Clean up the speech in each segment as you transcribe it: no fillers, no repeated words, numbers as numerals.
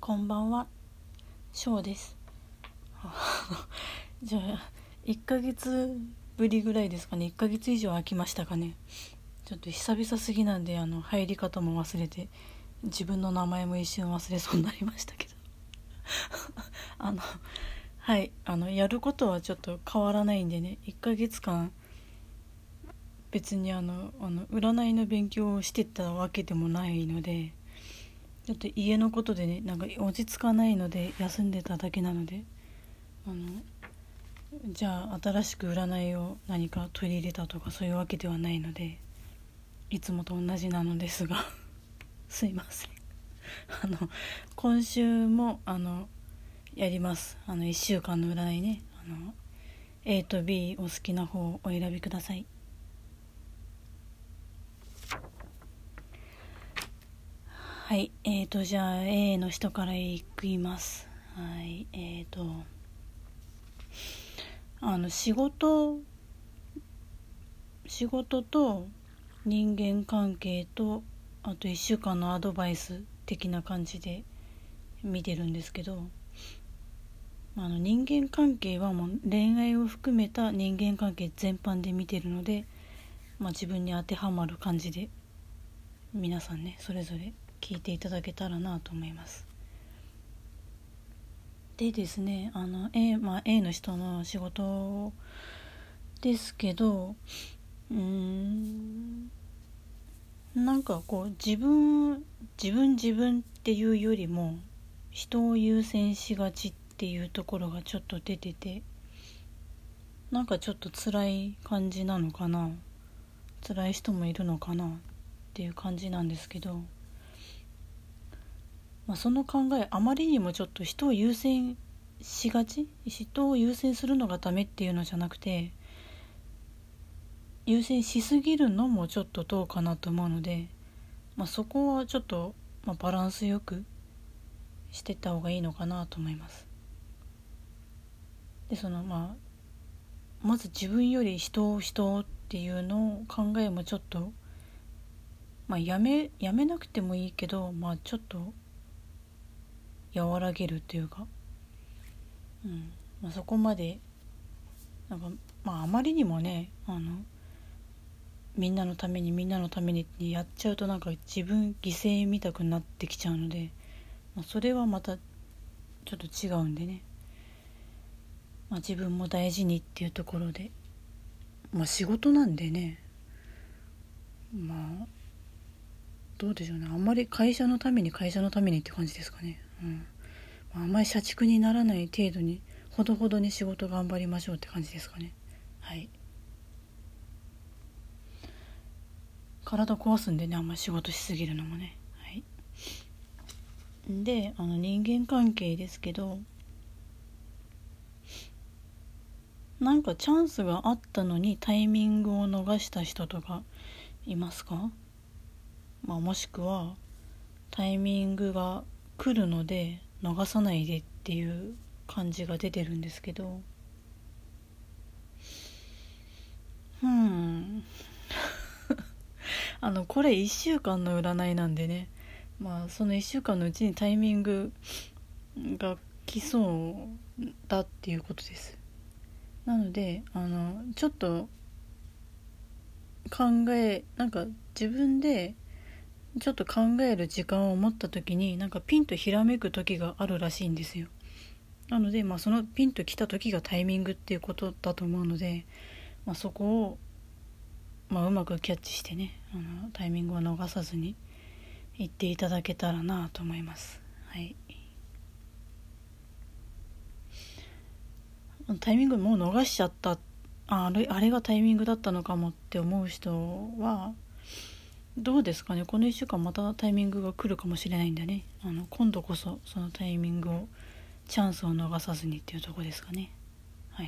こんばんは、しょうです。じゃあ1ヶ月ぶりぐらいですかね。1ヶ月以上空きましたかね。ちょっと久々すぎなんで入り方も忘れて、自分の名前も一瞬忘れそうになりましたけどはいやることはちょっと変わらないんでね、1ヶ月間別に占いの勉強をしてたわけでもないので、ちょっと家のことでね、なんか落ち着かないので休んでただけなので、じゃあ新しく占いを何か取り入れたとかそういうわけではないので、いつもと同じなのですがすいません。今週もやります。1週間の占いね。A と B お好きな方をお選びください。はい、じゃあ A の人からいきます。はい、仕事と人間関係と、あと1週間のアドバイス的な感じで見てるんですけど、人間関係はもう恋愛を含めた人間関係全般で見てるので、自分に当てはまる感じで皆さんね、それぞれ聞いていただけたらなと思います。でですね、A の人の仕事ですけど、なんかこう自分っていうよりも人を優先しがちっていうところがちょっと出てて、なんかちょっと辛い感じなのかな、辛い人もいるのかなっていう感じなんですけど、その考えあまりにもちょっと人を優先しがち、人を優先するのがダメっていうのじゃなくて、優先しすぎるのもちょっとどうかなと思うので、そこはちょっと、バランスよくしてった方がいいのかなと思います。でまず自分より人っていうのを考えもちょっと、やめなくてもいいけど、ちょっと和らげるっていうか、そこまでなんかあまりにもね、みんなのためにってやっちゃうと、なんか自分犠牲見たくなってきちゃうので、それはまたちょっと違うんでね、自分も大事にっていうところで、仕事なんでね、どうでしょうね、あんまり会社のためにって感じですかね。あんまり社畜にならない程度に、ほどほどに仕事頑張りましょうって感じですかね。はい、体壊すんでね、あんまり仕事しすぎるのもね。はい、で人間関係ですけど、なんかチャンスがあったのにタイミングを逃した人とかいますか？もしくはタイミングが来るので逃さないでっていう感じが出てるんですけど、これ1週間の占いなんでね、その1週間のうちにタイミングが来そうだっていうことです。なのでちょっとなんか自分でちょっと考える時間を持った時に、なんかピンとひらめく時があるらしいんですよ。なのでそのピンと来た時がタイミングっていうことだと思うので、そこをうまくキャッチしてね、タイミングを逃さずに言っていただけたらなと思います。はい、タイミングもう逃しちゃった、あれがタイミングだったのかもって思う人はどうですかね。この1週間またタイミングが来るかもしれないんでね、今度こそそのタイミングを、チャンスを逃さずにっていうところですかね。はい。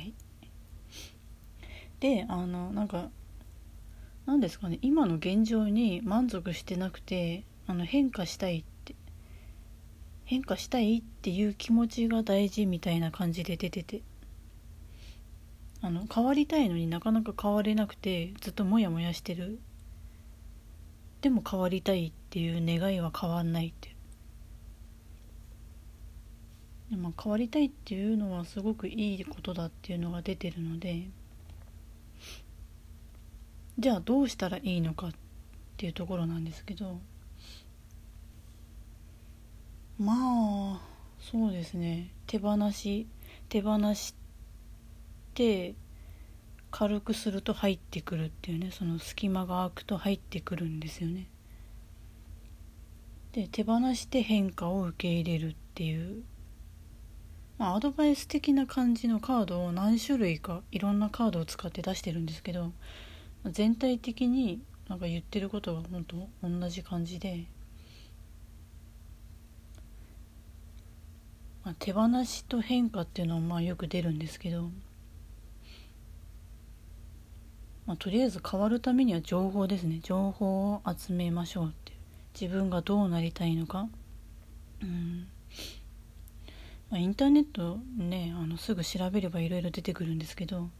でなんかなんですかね、今の現状に満足してなくて、変化したいっていう気持ちが大事みたいな感じで出てて、変わりたいのになかなか変われなくてずっとモヤモヤしてる。でも変わりたいっていう願いは変わんないって、 で、変わりたいっていうのはすごくいいことだっていうのが出てるので、じゃあどうしたらいいのかっていうところなんですけど、そうですね、手放して軽くすると入ってくるっていうね、その隙間が空くと入ってくるんですよね。で、手放して変化を受け入れるっていう、アドバイス的な感じのカードを何種類かいろんなカードを使って出してるんですけど、全体的になんか言ってることが本当同じ感じで、手放しと変化っていうのはよく出るんですけど、とりあえず変わるためには情報ですね。情報を集めましょうっていう、自分がどうなりたいのか、インターネットね、すぐ調べればいろいろ出てくるんですけど、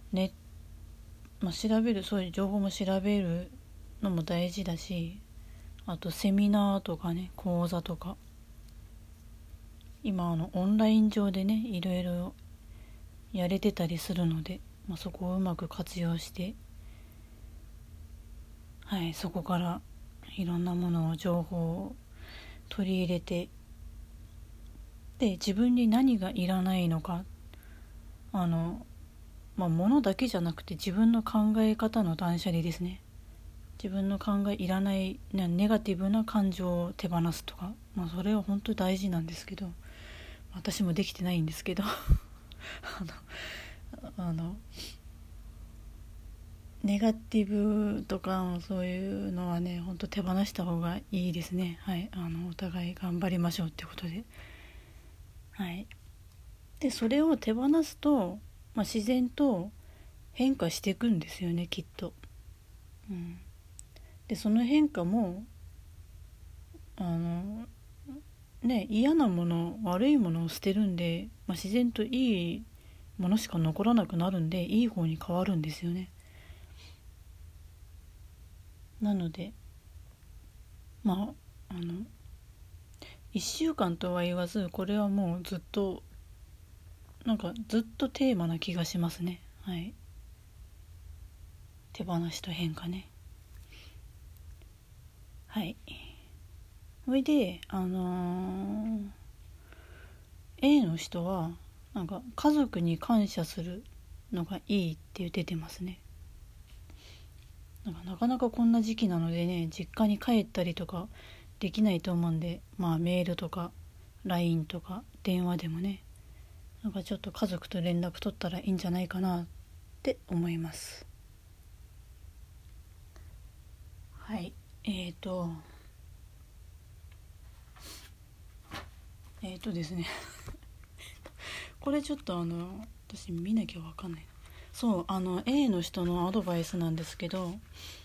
調べる、そういう情報も調べるのも大事だし、あとセミナーとかね、講座とか、今オンライン上でねいろいろやれてたりするので、そこをうまく活用して、そこからいろんなものを情報を取り入れて、で自分に何がいらないのか、物だけじゃなくて自分の考え方の断捨離ですね。自分の考えいらないネガティブな感情を手放すとか、それは本当に大事なんですけど、私もできてないんですけどネガティブとかそういうのはね、本当手放した方がいいですね。お互い頑張りましょうってことで、でそれを手放すと、自然と変化していくんですよね、きっと。でその変化も嫌なもの、悪いものを捨てるんで、自然といいものしか残らなくなるんで、いい方に変わるんですよね。なので1週間とは言わず、これはもうずっとテーマな気がしますね。手放しと変化ね。それでA の人は家族に感謝するのがいいって言ってますね。なかなかこんな時期なのでね、実家に帰ったりとかできないと思うんで、メールとか LINE とか電話でもね、ちょっと家族と連絡取ったらいいんじゃないかなって思います。ですねこれちょっと私見なきゃ分かんないな。そう、A の人のアドバイスなんですけど、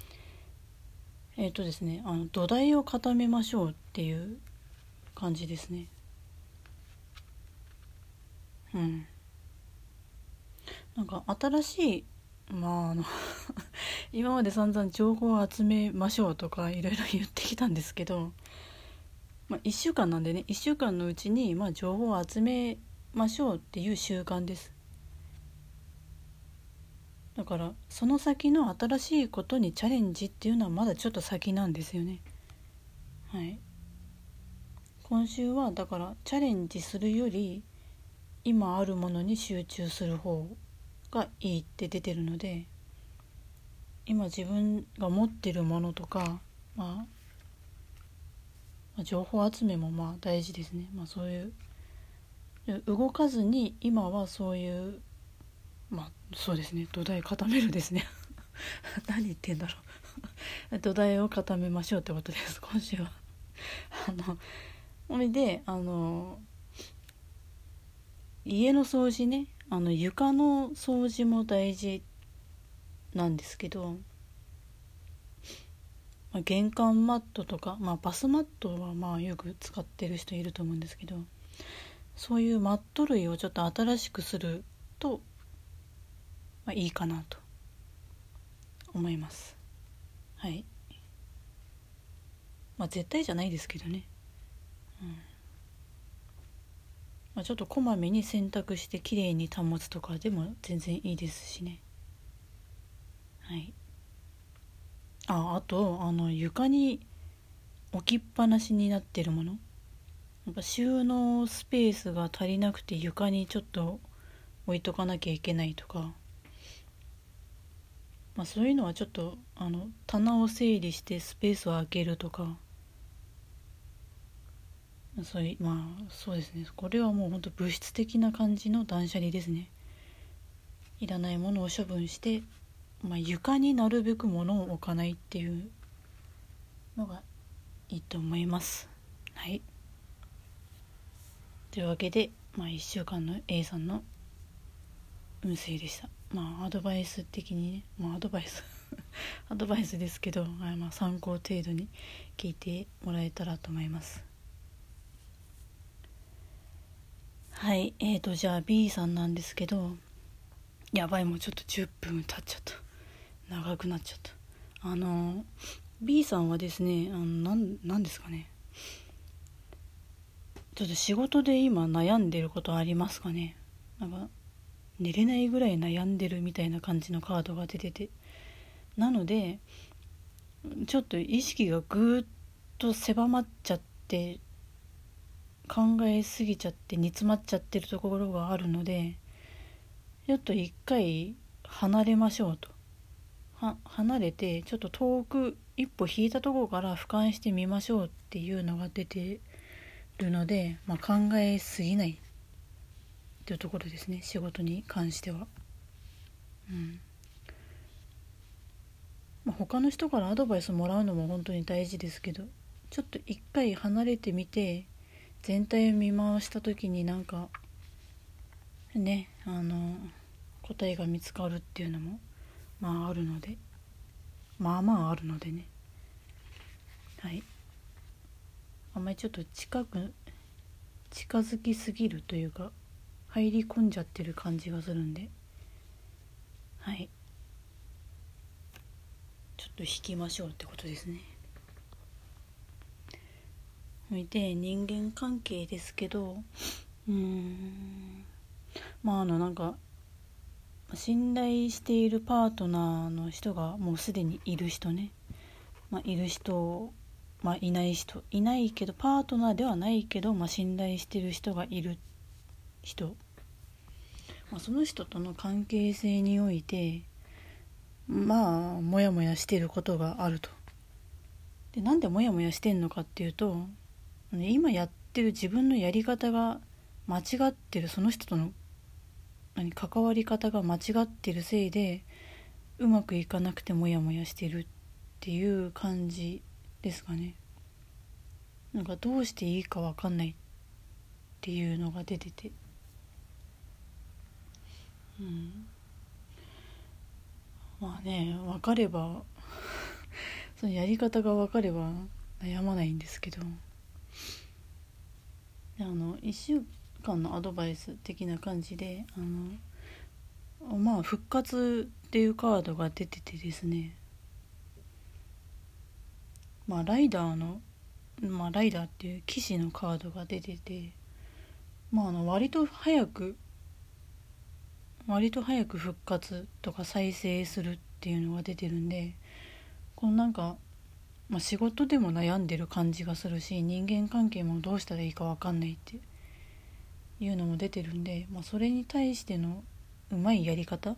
ですね、土台を固めましょうっていう感じですね。新しい今まで散々情報を集めましょうとかいろいろ言ってきたんですけど、1週間なんでね、1週間のうちに情報を集めましょうっていう習慣です。だからその先の新しいことにチャレンジっていうのはまだちょっと先なんですよね。今週はだからチャレンジするより今あるものに集中する方がいいって出てるので、今自分が持ってるものとか、情報集めも大事ですね。そういう動かずに今はそういうそうですね、土台固めるですね何言ってんだろう土台を固めましょうってことです、今週はそれで家の掃除ね、床の掃除も大事なんですけど、玄関マットとか、バスマットはよく使ってる人いると思うんですけど、そういうマット類をちょっと新しくすると、いいかなと思います。絶対じゃないですけどね、 ちょっとこまめに洗濯してきれいに保つとかでも全然いいですしね。はい。あと床に置きっぱなしになってるもの、やっぱ収納スペースが足りなくて床にちょっと置いとかなきゃいけないとか、そういうのはちょっと棚を整理してスペースを空けるとか、そうですね。これはもう本当物質的な感じの断捨離ですね。いらないものを処分して、床になるべく物を置かないっていうのがいいと思います。はい。というわけで、1週間の A さんの運勢でした。アドバイス的にね、アドバイスアドバイスですけど、参考程度に聞いてもらえたらと思います。はい。じゃあ B さんなんですけど、やばい、もうちょっと10分経っちゃった。長くなっちゃった。B さんはですね、なんですかね、ちょっと仕事で今悩んでることありますかね。寝れないぐらい悩んでるみたいな感じのカードが出てて、なのでちょっと意識がぐーっと狭まっちゃって、考えすぎちゃって煮詰まっちゃってるところがあるので、ちょっと一回離れましょうと。離れてちょっと遠く一歩引いたところから俯瞰してみましょうっていうのが出てるので、考えすぎないっていうところですね、仕事に関しては。他の人からアドバイスもらうのも本当に大事ですけど、ちょっと一回離れてみて全体を見回した時になんかね、答えが見つかるっていうのもあるので、あるのでね。はい。あんまりちょっと近づきすぎるというか、入り込んじゃってる感じがするんで、はい、ちょっと引きましょうってことですね。で、人間関係ですけど、なんか信頼しているパートナーの人がもうすでにいる人ね、いる人、いない人、いないけどパートナーではないけど、信頼している人がいる人、その人との関係性においてモヤモヤしていることがあると。で、なんでモヤモヤしてんのかっていうと、今やってる自分のやり方が間違ってる、その人との関わり方が間違ってるせいでうまくいかなくてモヤモヤしてるっていう感じですかね。どうしていいか分かんないっていうのが出てて、分かればそのやり方が分かれば悩まないんですけど、1週間のアドバイス的な感じで復活っていうカードが出ててですね、ライダーっていう騎士のカードが出てて、割と早く復活とか再生するっていうのが出てるんで、仕事でも悩んでる感じがするし、人間関係もどうしたらいいか分かんないっていうのも出てるんで、それに対してのうまいやり方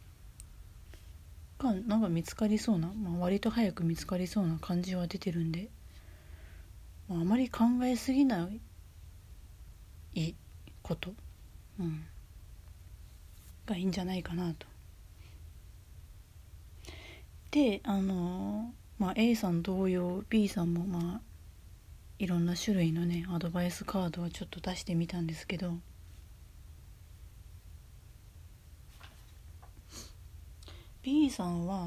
が見つかりそうな、割と早く見つかりそうな感じは出てるんで、あまり考えすぎないこと、がいいんじゃないかなと。で、A さん同様 B さんもいろんな種類のねアドバイスカードをちょっと出してみたんですけど、B さんは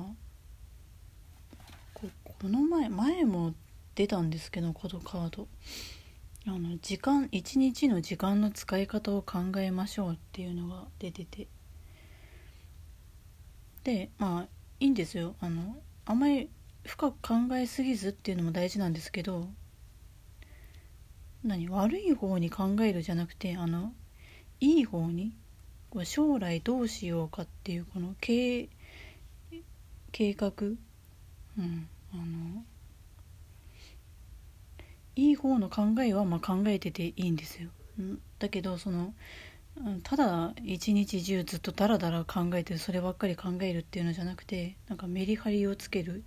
この前も出たんですけど、このカード一日の時間の使い方を考えましょうっていうのが出てて、でいいんですよ。あんまり深く考えすぎずっていうのも大事なんですけど、悪い方に考えるじゃなくて、 いい方にこう将来どうしようかっていうこの計画、いい方の考えは考えてていいんですよ。だけどただ一日中ずっとダラダラ考えてる、そればっかり考えるっていうのじゃなくて、なんかメリハリをつける、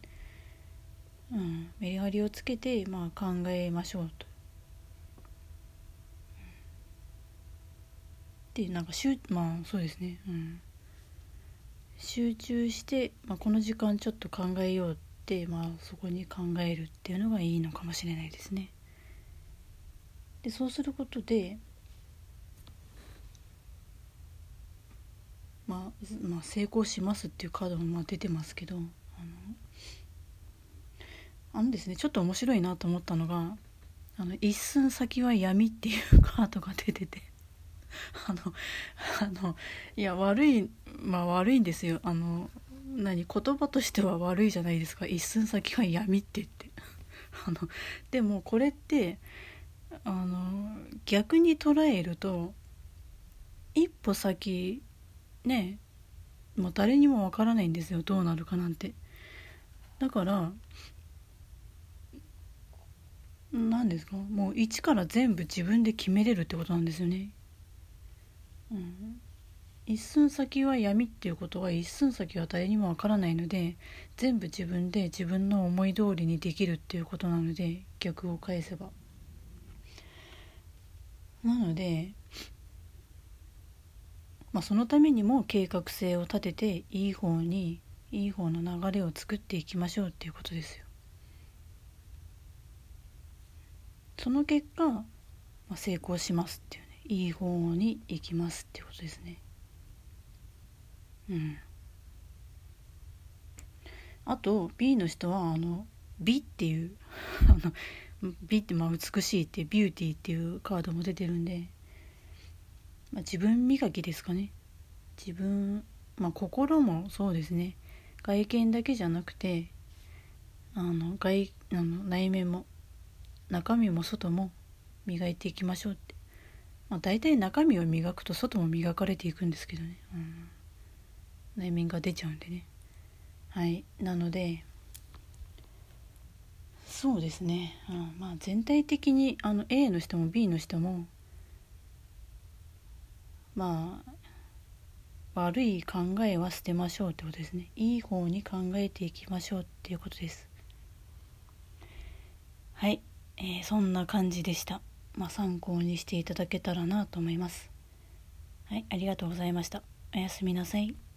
メリハリをつけて考えましょうと。でなんかそうですね、集中して、この時間ちょっと考えようって、そこに考えるっていうのがいいのかもしれないですね。でそうすることで成功しますっていうカードも出てますけど、ですね、ちょっと面白いなと思ったのが、一寸先は闇っていうカードが出てていや悪いんですよ。言葉としては悪いじゃないですか、一寸先は闇って言ってでもこれって逆に捉えると一歩先ね、誰にもわからないんですよ、どうなるかなんて。だから何ですか、もう一から全部自分で決めれるってことなんですよね。一寸先は闇っていうことは、一寸先は誰にもわからないので、全部自分で自分の思い通りにできるっていうことなので、逆を返せば。なのでそのためにも計画性を立てて、いい方の流れを作っていきましょうっていうことですよ。その結果、成功しますっていうね、いい方に行きますっていうことですね。あと B の人は美っていう美って美しいってビューティーっていうカードも出てるんで、自分磨きですかね。心もそうですね。外見だけじゃなくて内面も中身も外も磨いていきましょうって。大体中身を磨くと外も磨かれていくんですけどね、内面が出ちゃうんでね。はい、なのでそうですね、全体的にA の人も B の人も悪い考えは捨てましょうってことですね。いい方に考えていきましょうっていうことです。はい、そんな感じでした。参考にしていただけたらなと思います。はい、ありがとうございました。おやすみなさい。